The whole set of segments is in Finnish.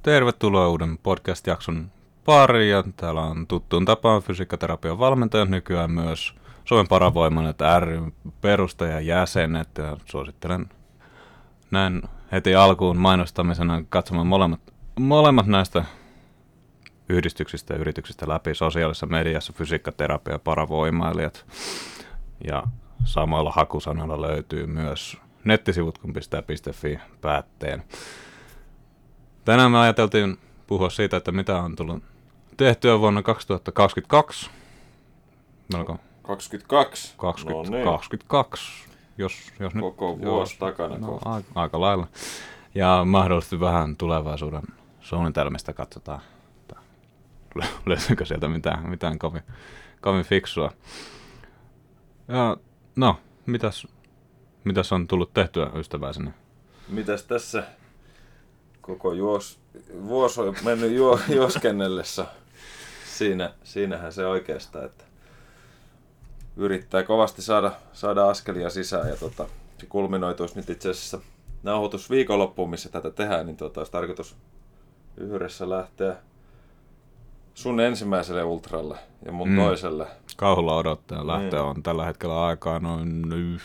Tervetuloa uuden podcast-jakson pariin. Ja täällä on tuttuun tapaan fysiikkaterapian valmentajat, nykyään myös Suomen Paravoimanet ry perustajajäsenet. Ja suosittelen näin heti alkuun mainostamisena katsomaan molemmat näistä yhdistyksistä ja yrityksistä läpi sosiaalisessa mediassa fysiikkaterapia paravoimailijat. Ja samalla hakusanalla löytyy myös nettisivut, kun pistää .fi päätteen. Tänään me ajateltiin puhua siitä, että mitä on tullut tehtyä vuonna 2022. Melko 22? 22, jos nyt... Koko vuosi takana. No, aika lailla. Ja mahdollisesti vähän tulevaisuuden suunnitelmista katsotaan, löytyykö sieltä mitään kovin fiksua. Ja, no, mitäs on tullut tehtyä ystäväisenä? Mitäs tässä koko vuosi on mennyt juoskennellessa? Siinähän se oikeastaan, että yrittää kovasti saada askelia sisään ja se kulminoituisi nyt itse asiassa nauhoitusviikonloppuun, missä tätä tehdään, niin olisi tarkoitus yhdessä lähteä sun ensimmäiselle ultralle ja mun toiselle. Kauhulla odottaa. Lähtö on tällä hetkellä aikaa noin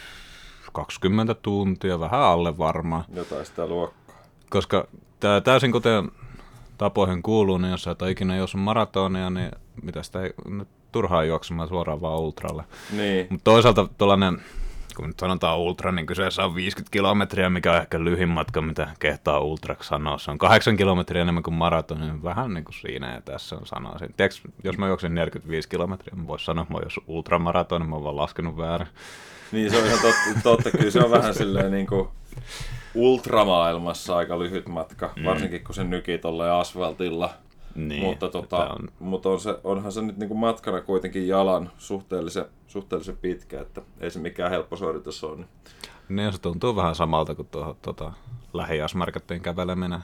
20 tuntia, vähän alle varmaan. Jotain sitä luokkaa. Koska täysin kuten tapoihin kuuluu, niin jos sä et ole ikinä juossut maratonia, niin mitä sitä ei nyt turhaan juoksemaan suoraan vaan ultralle. Niin. Mutta toisaalta tuollainen, kun nyt sanotaan ultra, niin kyseessä on 50 kilometriä, mikä on ehkä lyhin matka, mitä kehtaa ultraksi sanoa. Se on 8 kilometriä enemmän kuin maraton, niin vähän niin kuin siinä ja tässä on sanoisin. Tiedätkö, jos mä juoksen 45 kilometriä, mä voisin sanoa, että mä oon juossut ultramaraton, niin mä oon vaan laskenut väärin. Niin, se on ihan totta. Kyllä se on vähän silleen niin kuin ultramaailmassa aika lyhyt matka, varsinkin kun se nykii tolleen asfaltilla. Niin, mutta onhan se nyt niin kuin matkana kuitenkin jalan suhteellisen pitkä, että ei se mikään helppo suoritus ole. Niin, se tuntuu vähän samalta kuin tuohon lähiasmarkettiin käveleminen.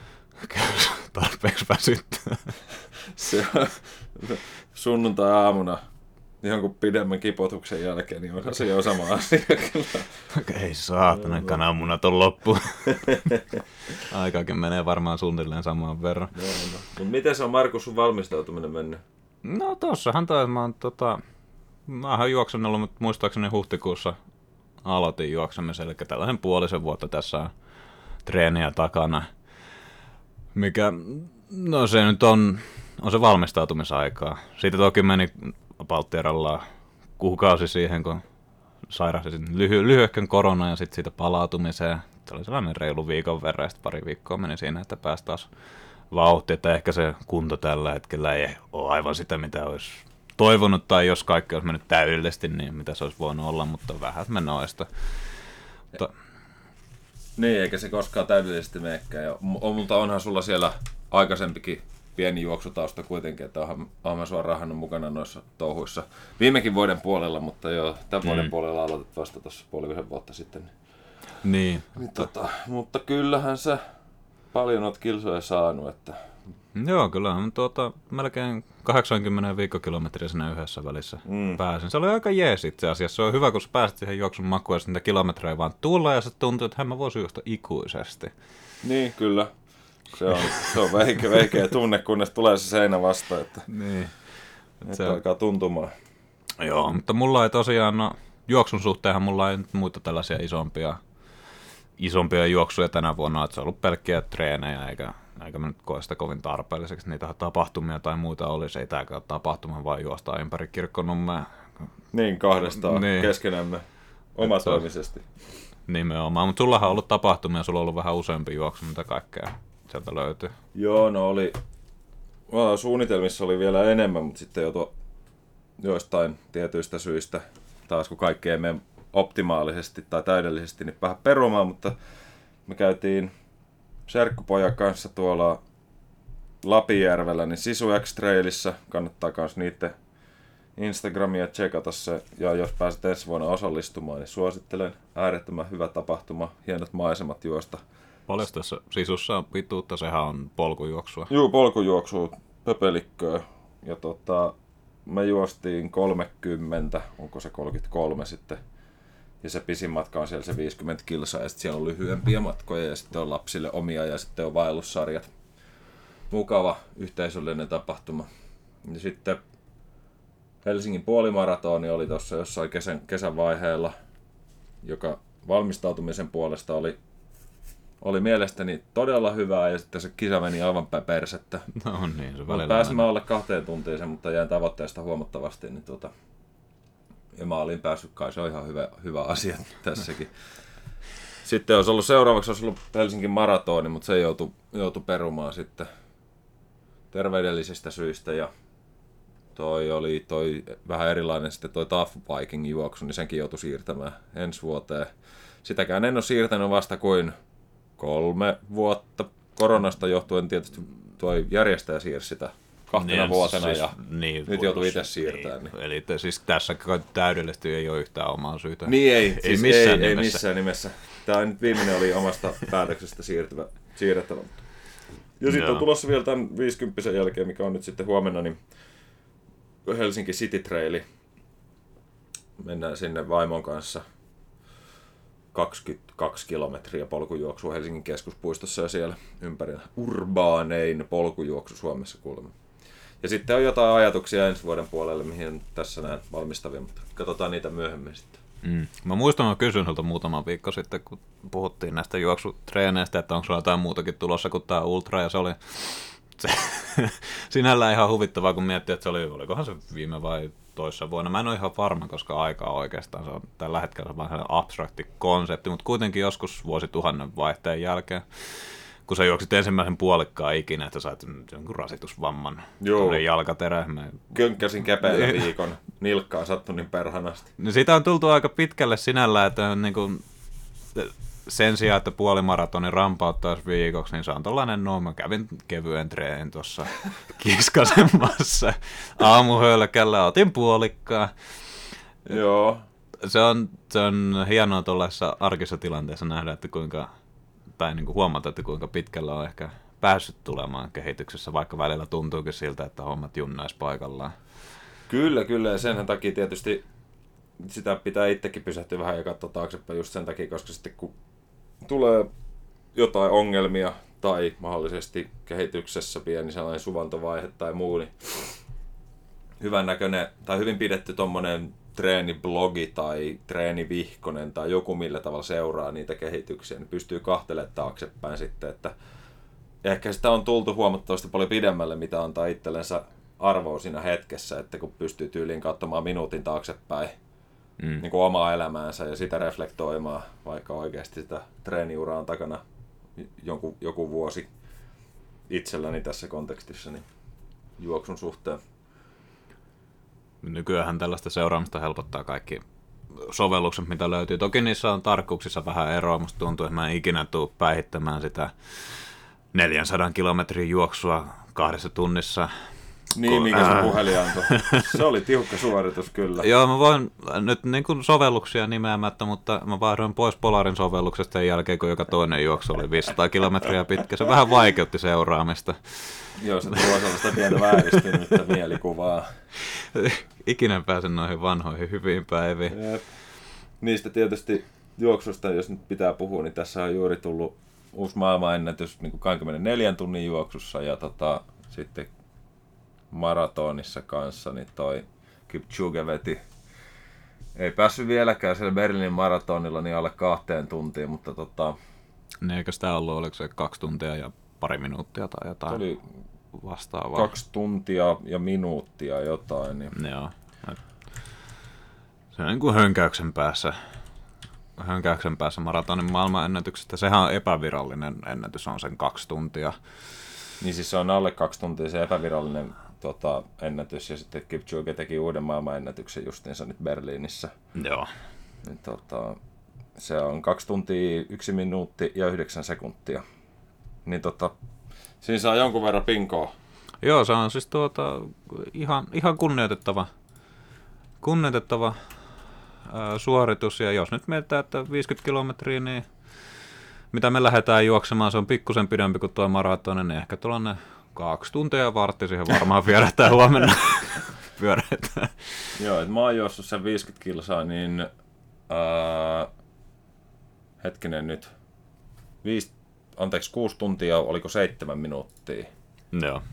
Tarpeeksi väsyttää. Se on sunnuntai-aamuna jonkun pidemmän kipotuksen jälkeen, niin onhan se jo sama asia kyllä. Ei saatana, kananmunat on loppu. Aikaakin menee varmaan suunnilleen samaan verran. No. Mutta miten se on, Markus, sun valmistautuminen mennyt? No tossahan mä oon juoksenellut, mutta muistaakseni huhtikuussa aloitin juoksemisen, eli tällaisen puolisen vuotta tässä on treeniä takana. Mikä, no se nyt on se valmistautumisaikaa. Siitä toki meni palttierallaan kuukausi siihen, kun sairasin lyhyehkön korona ja sitten siitä palautumiseen. Se oli sellainen reilu viikon verran ja sitten pari viikkoa meni siinä, että pääsi taas vauhti, että ehkä se kunto tällä hetkellä ei ole aivan sitä, mitä olisi toivonut, tai jos kaikki olisi mennyt täydellisesti, niin mitä se olisi voinut olla, mutta vähän menoista. Niin, eikä se koskaan täydellisesti menekään. Mutta onhan sulla siellä aikaisempikin pieni juoksutausta kuitenkin, että olen mä sua rahannut mukana noissa touhuissa viimekin vuoden puolella, mutta joo, tämän vuoden puolella aloitit vasta tuossa puolisen vuotta sitten. Niin. Mutta kyllähän sä paljon oot kilsoja saanut, että... Joo, kyllä. Melkein 80 viikkokilometriä siinä yhdessä välissä pääsin. Se oli aika jees itse asiassa. Se on hyvä, kun sä pääsit siihen juoksun makuun ja niitä kilometrejä vaan tulla ja se tuntuu, että mä voisin juosta ikuisesti. Niin, kyllä. Se on veikeä tunne, kunnes tulee se seinä vastaan, että niin. Se alkaa tuntumaan. Joo, mutta mulla ei tosiaan, juoksun suhteenhan mulla ei nyt muita tällaisia isompia juoksuja tänä vuonna, että se on ollut pelkkiä treenejä, eikä mä nyt koe sitä kovin tarpeelliseksi. Niitä tapahtumia tai muita olisi, ei tääkään ole tapahtuma, vaan juostaa ympäri Kirkkonummea. Niin, kahdestaan keskenämme omatoimisesti. Nimenomaan, mutta sullahan on ollut tapahtumia, sulla on ollut vähän useampi juoksu, mitä kaikkea sieltä löytyy. Joo, no suunnitelmissa oli vielä enemmän, mutta sitten joistain tietyistä syistä, taas kun kaikki ei mene optimaalisesti tai täydellisesti, niin vähän perumaan, mutta me käytiin serkkupojan kanssa tuolla Lapinjärvellä, niin Sisu X-Trailissa, kannattaa myös niiden Instagramia tsekata se, ja jos pääset ensi vuonna osallistumaan, niin suosittelen, äärettömän hyvä tapahtuma, hienot maisemat juosta. Paljon tässä Sisussa on pituutta, sehän on polkujuoksua. Juu, polkujuoksua, pöpelikköä, ja me juostiin 30, onko se 33 sitten, ja se pisin matka on siellä se 50 kilsaa, ja sitten siellä on lyhyempiä matkoja, ja sitten on lapsille omia, ja sitten on vaellussarjat. mukava yhteisöllinen tapahtuma. Ja sitten Helsingin puolimaratoni oli tuossa jossain kesän vaiheella, joka valmistautumisen puolesta oli mielestäni todella hyvää, ja sitten se kisa meni aivan persettä. No niin, se välillä Pääsimme alle 2 tuntiin, mutta jäin tavoitteesta huomattavasti. Niin ja mä olin päässyt, kai se on ihan hyvä asia tässäkin. Sitten seuraavaksi olisi ollut Helsingin maratoni, mutta se joutui perumaan sitten terveydellisistä syistä. Ja toi vähän erilainen sitten toi Tough Viking juoksu, niin senkin joutui siirtämään ensi vuoteen. Sitäkään en ole siirtänyt vasta kuin 3 vuotta. Koronasta johtuen tietysti tuo järjestäjä siirsi sitä 2 vuotena siis, ja nyt joutuu itse siirtämään. Niin. Eli siis tässä täydellisesti ei ole yhtään omaa syytä. Niin ei missään nimessä. Tämä nyt viimeinen oli omasta päätöksestä siirrettävä. Ja sitten on tulossa vielä tämän 50 jälkeen, mikä on nyt sitten huomenna, niin Helsinki City Traili. Mennään sinne vaimon kanssa 22 kilometriä polkujuoksua Helsingin keskuspuistossa ja siellä ympärillä. Urbaanein polkujuoksu Suomessa kuulemma. Ja sitten on jotain ajatuksia ensi vuoden puolelle, mihin tässä näen valmistavia, mutta katsotaan niitä myöhemmin sitten. Mä muistan, mä kysyin sulta muutama viikko sitten, kun puhuttiin näistä juoksutreeneistä, että onko sulla jotain muutakin tulossa kuin tämä ultra, ja se oli sinällään ihan huvittavaa, kun miettii, että olikohan se viime vai toissa vuonna. Mä en ole ihan varma, koska aikaa oikeastaan se on tällä hetkellä vaan sellainen abstrakti konsepti, mutta kuitenkin joskus vuosituhannen vaihteen jälkeen, kun sä juoksit ensimmäisen puolikkaan ikinä, että sait jonkun rasitusvamman jalkaterä. Könkkäsin kepeillä viikon, nilkkaan sattui niin perhanasti. No siitä on tultu aika pitkälle sinällä, että niin kuin, sen sijaan, että puolimaratonin rampauttaisi viikoksi, niin se on tollainen, mä kävin kevyen treenin tuossa kiskasemassa aamuhölkällä, otin puolikkaa. Joo. Se on hienoa tuollaisessa arkisessa tilanteessa nähdä, että niin kuin huomata, että kuinka pitkällä on ehkä päässyt tulemaan kehityksessä, vaikka välillä tuntuukin siltä, että hommat junnaisi paikallaan. Kyllä, ja senhän takia tietysti sitä pitää itsekin pysähtyä vähän ja katsoa taaksepäin just sen takia, koska sitten kun tulee jotain ongelmia tai mahdollisesti kehityksessä pieni sellainen suvantovaihe tai muu, niin hyvän näköinen tai hyvin pidetty tommonen treeniblogi tai treenivihkonen tai joku millä tavalla seuraa niitä kehityksiä, niin pystyy kahtelemaan taaksepäin sitten, että ehkä sitä on tultu huomattavasti paljon pidemmälle, mitä antaa itsellensä arvoa siinä hetkessä, että kun pystyy tyyliin katsomaan minuutin taaksepäin niin kuin omaa elämäänsä ja sitä reflektoimaan, vaikka oikeasti sitä treeniuraa on takana joku vuosi itselläni tässä kontekstissa niin juoksun suhteen. Nykyään tällaista seuraamista helpottaa kaikki sovellukset, mitä löytyy. Toki niissä on tarkkuuksissa vähän eroa. Musta tuntuu, että mä en ikinä tule päihittämään sitä 400 kilometrin juoksua 2 tunnissa. Niin, mikä se puhelin antoi. Se oli tiukka suoritus kyllä. Joo, mä voin nyt niin kuin sovelluksia nimeämättä, mutta mä vaihdoin pois Polarin sovelluksesta sen jälkeen, kun joka toinen juoksu oli 500 kilometriä pitkä. Se vähän vaikeutti seuraamista. Joo, se tuo sellaista pientä vääristynyttä mielikuvaa. Ikinä pääsen noihin vanhoihin hyviin päiviin. Niistä tietysti juoksusta, jos nyt pitää puhua, niin tässä on juuri tullut uusi maailmanennätys niin kuin 24 tunnin juoksussa ja sitten maratonissa kanssa, niin toi Kipchoge veti. Ei päässyt vieläkään siellä Berliinin maratonilla niin alle 2 tuntiin, mutta niin eikö sitä ollut, oliko se 2 tuntia ja pari minuuttia tai jotain oli vastaavaa? 2 tuntia ja minuuttia jotain. Niin. Joo. Se on niin kuin hönkäyksen päässä maratonin maailmanennätyksestä. Sehän on epävirallinen ennätys, on sen 2 tuntia. Niin siis se on alle 2 tuntia se epävirallinen ennätys, ja sitten Kipchoge teki uuden maailmanennätyksen justiinsa nyt Berliinissä. Joo. Niin, se on 2 tuntia, 1 minuutti ja 9 sekuntia. Niin siinä saa jonkun verran pinkoa. Joo, se on siis ihan kunnioitettava suoritus, ja jos nyt mietitään, että 50 kilometriä, niin mitä me lähdetään juoksemaan, se on pikkusen pidempi kuin tuo maratoni, niin ehkä tuollainen 2 tuntia ja vartti siihen varmaan vierähtää huomenna pyörähtää. Joo, että mä oon juossut sen 50 kilsaa, niin hetkinen nyt, 6 tuntia, oliko 7 minuuttia? Joo.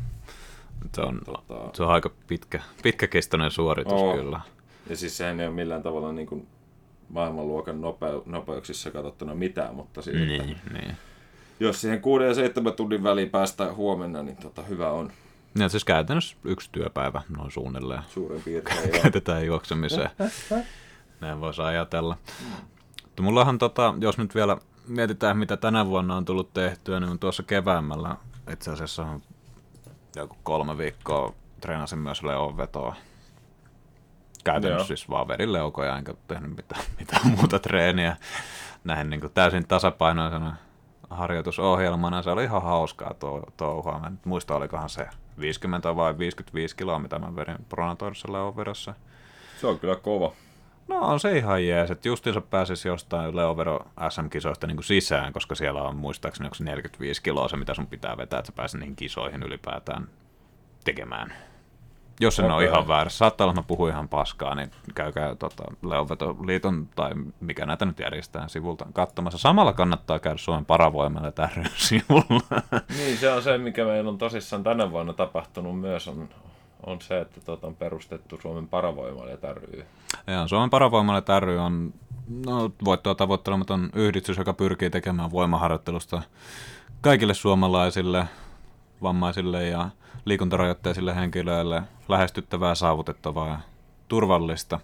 Se on aika pitkäkestoinen suoritus kyllä. Ja siis sehän ei ole millään tavalla niin kuin maailmanluokan nopeuksissa katsottuna mitään, mutta siitä, niin. Jos siihen 6 ja 7 tunnin väliin päästään huomenna, niin hyvä on. Ja siis käytännössä 1 työpäivä noin suunnilleen. Suurin piirtein. Käytetään juoksemiseen. Näin voisi ajatella. Mullahan, jos nyt vielä mietitään, mitä tänä vuonna on tullut tehtyä, niin tuossa keväämällä itse asiassa joku 3 viikkoa treenasin myös leonvetoa. Käytännössä siis vaan vedin leukoja, enkä tehnyt mitään muuta treeniä. Näin niin kuin täysin tasapainoisena harjoitusohjelmana. Se oli ihan hauskaa touhua. Mä en muista, olikohan se 50 vai 55 kiloa, mitä mä vedin pronatorisessa leonvedossa. Se on kyllä kova. No on se ihan jees, että justiinsa pääsisi jostain leonvedon SM-kisoista niin kuin sisään, koska siellä on muistaakseni onko 45 kiloa se, mitä sun pitää vetää, että sä pääset niihin kisoihin ylipäätään tekemään. Jos en ole ihan väärässä, saattaa olla, että mä puhun ihan paskaa, niin käykää Leonvetoliiton tai mikä näitä nyt järjestää sivulta katsomassa. Samalla kannattaa käydä Suomen Paravoimalle ry sivulla. Niin, se on se, mikä meillä on tosissaan tänä vuonna tapahtunut myös, on se, että on perustettu Suomen Paravoimalle ry. Ja Suomen Paravoimalle ry on voittoa tavoittelematon yhdistys, joka pyrkii tekemään voimaharjoittelusta kaikille suomalaisille, vammaisille ja liikuntarajoitteisille henkilöille lähestyttävää, saavutettavaa ja turvallista.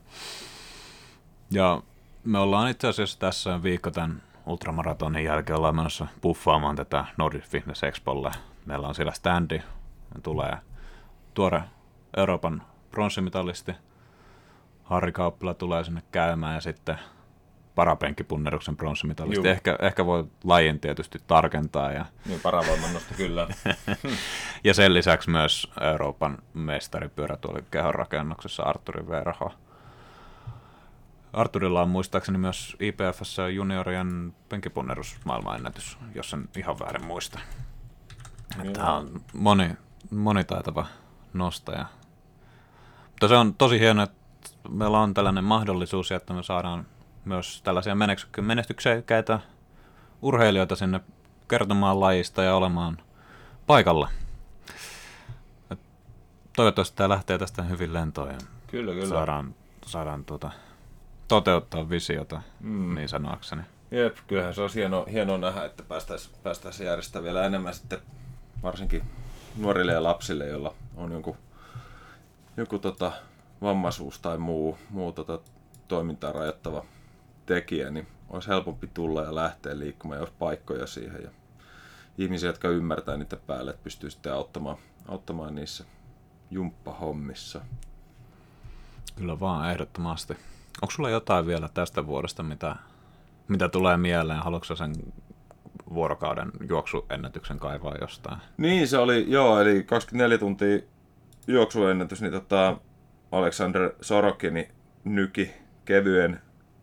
Ja me ollaan itse asiassa tässä viikko tämän ultramaratonin jälkeen ollaan menossa puffaamaan tätä Nordic Fitness Expolle. Meillä on siellä standi, tulee tuore Euroopan pronssimitalisti Harri Kauppila tulee sinne käymään ja sitten parapenkkipunneruksen pronssimitalisti. Ehkä voi lajin tietysti tarkentaa. Niin, paravoimannosta kyllä. Ja sen lisäksi myös Euroopan mestari pyörätuolikehon rakennuksessa Arturi Verho. Arturilla on muistaakseni myös IPF:ssä juniorien penkkipunnerus maailmanennätys, jos en ihan väärin muista. Tämä on monitaitava nostaja. Mutta se on tosi hienoa, että meillä on tällainen mahdollisuus, että me saadaan myös tällaisia menestyksekkäitä urheilijoita sinne kertomaan lajista ja olemaan paikalla. Et toivottavasti tämä lähtee tästä hyvin lentoon ja kyllä. saadaan toteuttaa visiota, niin sanoakseni. Jep, kyllähän se olisi hienoa nähdä, että päästäisiin järjestämään vielä enemmän sitten varsinkin nuorille ja lapsille, joilla on joku vammaisuus tai muu toimintaa rajoittava tekijä, niin olisi helpompi tulla ja lähteä liikkumaan, jos paikkoja siihen ja ihmisiä, jotka ymmärtää niitä päälle, että pystyy sitten auttamaan niissä jumppahommissa. Kyllä vaan, ehdottomasti. Onko sulla jotain vielä tästä vuodesta, mitä tulee mieleen? Haluatko sen vuorokauden juoksuennätyksen kaivaa jostain? Niin, se oli, eli 24 tuntia juoksuennätys, niin Aleksander Sorokini nyki kevyen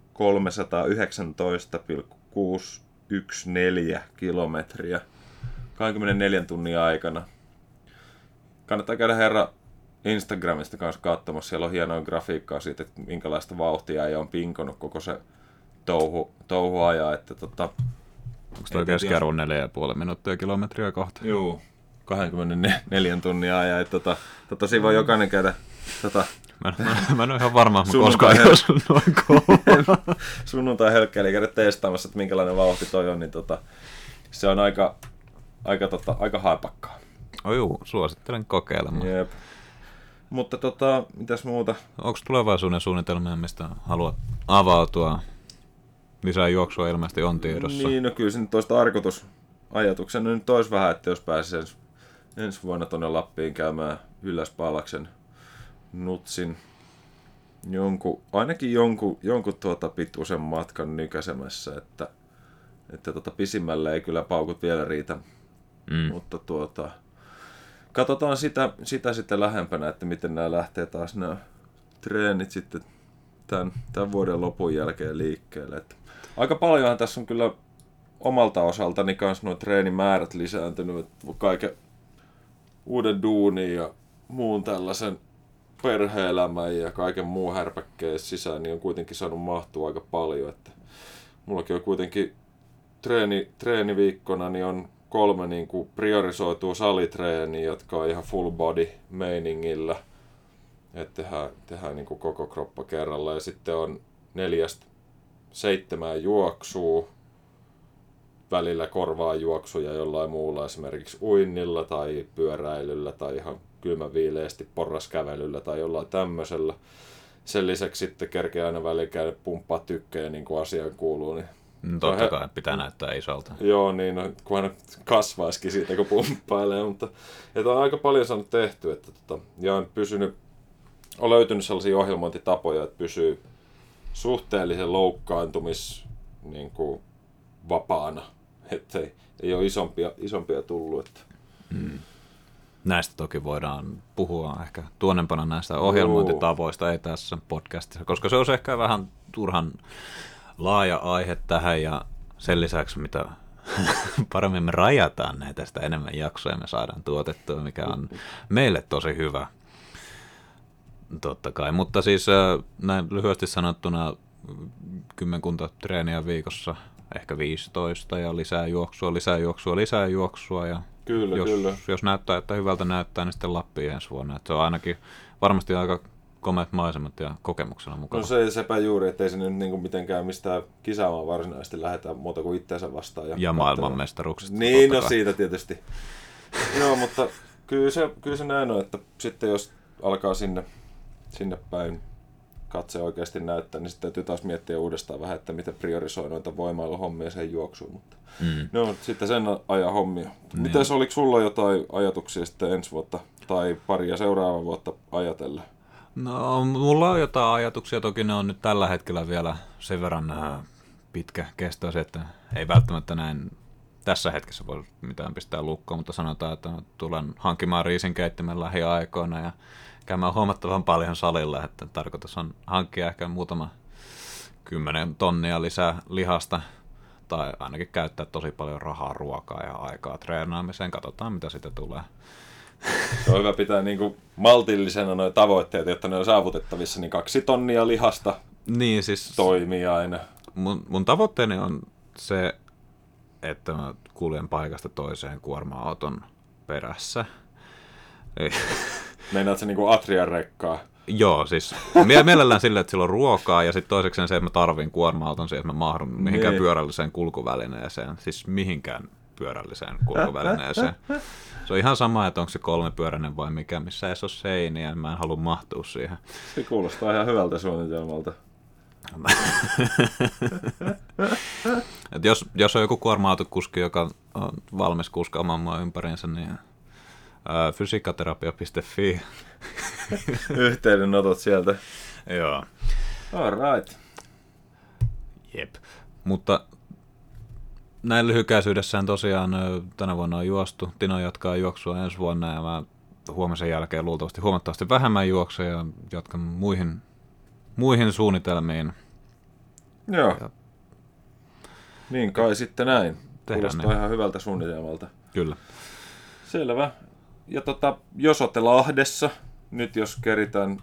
319,614 kilometriä 24 tunnin aikana. Kannattaa käydä herra Instagramista kanssa katsomassa, siellä on hienoa grafiikkaa siitä, että minkälaista vauhtia ei ole pinkonut koko se touhuaja. Onko tuo keskiarvo 4,5 minuuttia kilometriä kohta? Joo, 24 tunnin ajan. Siinä voi jokainen käydä Mä en ole ihan varma, mutta koskaan ei ole noin kovaa. Sunnuntai-hölkkäili käydä testaamassa, että minkälainen vauhti toi on, niin se on aika haipakkaa. Suosittelen kokeilemaan. Jep. Mutta mitäs muuta? Onko tulevaisuuden suunnitelmia, mistä haluat avautua? Lisää juoksua ilmeisesti on tiedossa. Niin, no kyllä se nyt olisi tarkoitusajatuksena nyt olisi vähän, että jos pääsisi ensi vuonna tuonne Lappiin käymään Ylläs-Pallaksen nutsin ainakin jonkun pituisen matkan nykäsemässä, että pisimmälle ei kyllä paukut vielä riitä. Mutta katsotaan sitä sitten lähempänä, että miten nämä lähtee taas nämä treenit sitten tämän vuoden lopun jälkeen liikkeelle. Että aika paljonhan tässä on kyllä omalta osaltani kanssa nuo treenimäärät lisääntynyt, kaiken uuden duunin ja muun tällaisen perhe-elämän ja kaiken muun härpäkkeen sisään, niin on kuitenkin saanut mahtua aika paljon. Että mullakin on kuitenkin treeniviikkona niin on 3 niin kuin priorisoituu salitreeniä, jotka on ihan full body meiningillä. Että tehdään niin kuin koko kroppa kerralla. Ja sitten on 4-7 juoksua. Välillä korvaa juoksuja jollain muulla, esimerkiksi uinnilla tai pyöräilyllä tai ihan kylmäviileästi porraskävelyllä tai jollain tämmöisellä. Sen lisäksi sitten kerkeä aina välillä käydä pumppaa tykkejä niin kuin asiaan kuuluu. Niin totta kai pitää näyttää isolta. Joo, niin no, kunhan kasvaisikin siitä, kun pumppailee. Mutta on aika paljon saanut tehty. Ja on löytynyt sellaisia ohjelmointitapoja, että pysyy suhteellisen loukkaantumis niin kuin vapaana. Että ei ole isompia tullut. Että. Näistä toki voidaan puhua ehkä tuonnempana näistä ohjelmointitavoista, ei tässä podcastissa, koska se on ehkä vähän turhan laaja aihe tähän ja sen lisäksi mitä paremmin me rajataan näitä, sitä enemmän jaksoja me saadaan tuotettua, mikä on meille tosi hyvä. Totta kai, mutta siis näin lyhyesti sanottuna 10 treeniä viikossa, ehkä 15 ja lisää juoksua ja Kyllä. Jos näyttää, että hyvältä näyttää, niin sitten Lappiin ensi vuonna. Että se on ainakin varmasti aika komeat maisemat ja kokemuksena mukana. No sepä juuri, ettei se nyt niinku mitenkään mistään kisaamaan varsinaisesti lähdetään muuta kuin itseänsä vastaan. Ja maailmanmestaruuksista. Niin, no siitä tietysti. Joo, mutta kyllä se näin on, että sitten jos alkaa sinne päin katse oikeasti näyttää, niin sitten täytyy taas miettiä uudestaan vähän, että miten priorisoi noita voimailuhommia sen juoksuun. Mutta no, sitten sen ajan hommia. Mitäs oliko sulla jotain ajatuksia sitten ensi vuotta tai paria seuraavaa vuotta ajatellen? No, mulla on jotain ajatuksia, toki ne on nyt tällä hetkellä vielä sen verran pitkäkestoisia, että ei välttämättä näin tässä hetkessä voi mitään pistää lukkoon, mutta sanotaan, että tulen hankkimaan riisinkeittimen lähiaikoina ja käymään huomattavan paljon salilla, että tarkoitus on hankkia ehkä muutama 10 tonnia lisää lihasta tai ainakin käyttää tosi paljon rahaa, ruokaa ja aikaa treenaamiseen. Katsotaan, mitä siitä tulee. Se on hyvä pitää niinku maltillisena nuo tavoitteet, jotta ne on saavutettavissa, niin 2 tonnia lihasta niin, siis toimii aina. Mun tavoitteeni on se, että mä kuljen paikasta toiseen kuorma-auton perässä. Meinaat se niinku Atrian rekkaa? Joo, siis mielellään silleen, että sillä on ruokaa ja sitten toisekseen se, että mä tarvin kuorma-auton siihen, että mä mahdun mihinkään pyörälliseen kulkuvälineeseen. Siis mihinkään pyörälliseen kulkuvälineeseen. Se on ihan sama, että onko se 3-pyöräinen vai mikä, missä ei ole seiniä, mä en halua mahtua siihen. Se kuulostaa ihan hyvältä suunnitelmalta. Et jos on joku kuorma-autokuski, joka on valmis kuskaamaan mua ympäriinsä, niin fysiikkaterapia.fi. Yhteydenotot sieltä. Joo. All right. Jep. Mutta näin lyhykäisyydessään tosiaan tänä vuonna on juostu. Tino jatkaa juoksua ensi vuonna ja mä huomisen jälkeen luultavasti huomattavasti vähemmän juoksuja ja jatkan muihin suunnitelmiin. Joo. Ja niin kai sitten näin. Kuulostaa niin. Ihan hyvältä suunnitelmalta. Kyllä. Selvä. Ja jos olette Lahdessa, nyt jos keritään...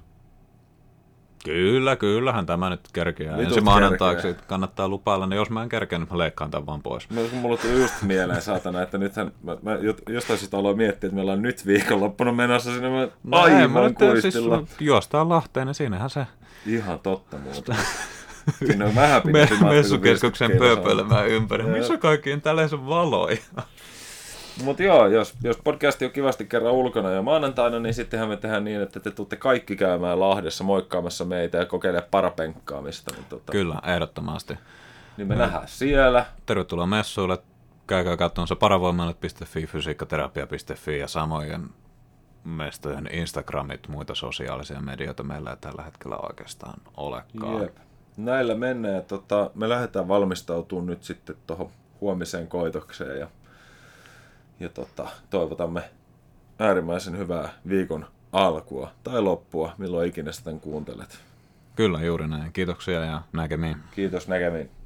Kyllähän tämä nyt kerkeää. Ensi maanantaiksi kannattaa lupailla, niin jos mä en kerkeä, niin mä leikkaan tämän vaan pois. No, mulla tuli just mieleen, saatana, että nythän... Mä jostain syystä aloin miettiä, että meillä on nyt viikonloppuna menossa sinne aivan kuistilla. Siis juostaan Lahteen, niin siinähän se... Ihan totta muuta. Siinä on vähän pitempi matka. Messukeskuksen pööpöilemään ympäri. Missä kaikkiin tällaisen valoja? Mutta joo, jos podcasti on kivasti kerran ulkona ja maanantaina, niin sittenhän me tehdään niin, että te tuutte kaikki käymään Lahdessa moikkaamassa meitä ja kokeilemaan parapenkkaamista. Niin Kyllä, ehdottomasti. Niin me nähdään siellä. Tervetuloa messuille. Käykää katsomassa paravoimallet.fi, fysiikkaterapia.fi ja samojen mestojen Instagramit, muita sosiaalisia medioita meillä ei tällä hetkellä oikeastaan olekaan. Jep. Näillä mennään. Me lähdetään valmistautumaan nyt sitten tuohon huomiseen koitokseen ja toivotamme äärimmäisen hyvää viikon alkua tai loppua, milloin ikinä sitä kuuntelet. Kyllä, juuri näin. Kiitoksia ja näkemiin. Kiitos, näkemiin.